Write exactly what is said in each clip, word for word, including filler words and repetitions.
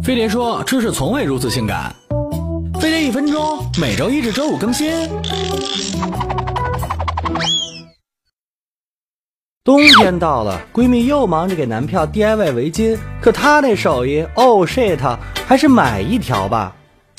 飞碟说：“知识从未如此性感。”飞碟一分钟，每周一至周五更新。 冬天到了，闺蜜又忙着给男票 D I Y 围巾，可她那手艺 ，Oh shit， 还是买一条吧。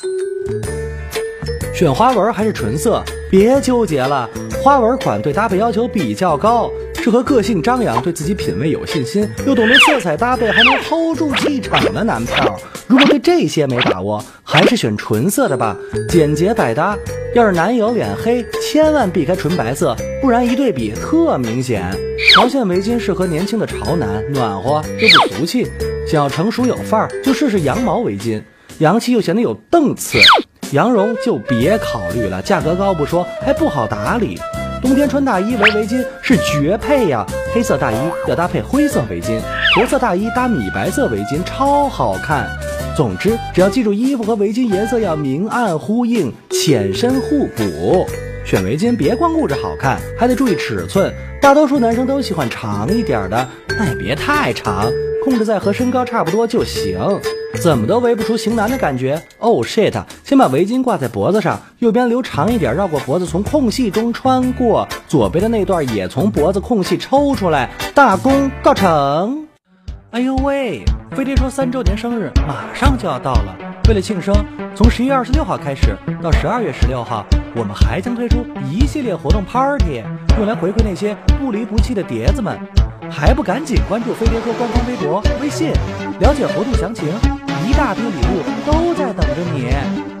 选花纹还是纯色，别纠结了。花纹款对搭配要求比较高，适合个性张扬、对自己品味有信心，又懂得色彩搭配，还能 hold 住气场的男票。如果对这些没把握，还是选纯色的吧，简洁百搭。要是男友脸黑，千万避开纯白色，不然一对比特明显。毛线围巾适合年轻的潮男，暖和又不俗气。想要成熟有范儿，就试试羊毛围巾，洋气又显得有档次。羊绒就别考虑了，价格高不说，还不好打理。冬天穿大衣围围巾是绝配呀！黑色大衣要搭配灰色围巾，驼色大衣搭米白色围巾超好看。总之，只要记住衣服和围巾颜色要明暗呼应，浅深互补。选围巾别光顾着好看，还得注意尺寸。大多数男生都喜欢长一点的，但也别太长，控制在和身高差不多就行。怎么都围不出型男的感觉。Oh shit， 先把围巾挂在脖子上，右边留长一点，绕过脖子，从空隙中穿过，左边的那段也从脖子空隙抽出来，大功告成。哎呦喂，飞碟说三周年生日马上就要到了，为了庆生，从十一月二十六号开始到十二月十六号，我们还将推出一系列活动 party， 用来回馈那些不离不弃的碟子们。还不赶紧关注飞碟说官方微博、微信，了解活动详情，一大堆礼物都在等着你。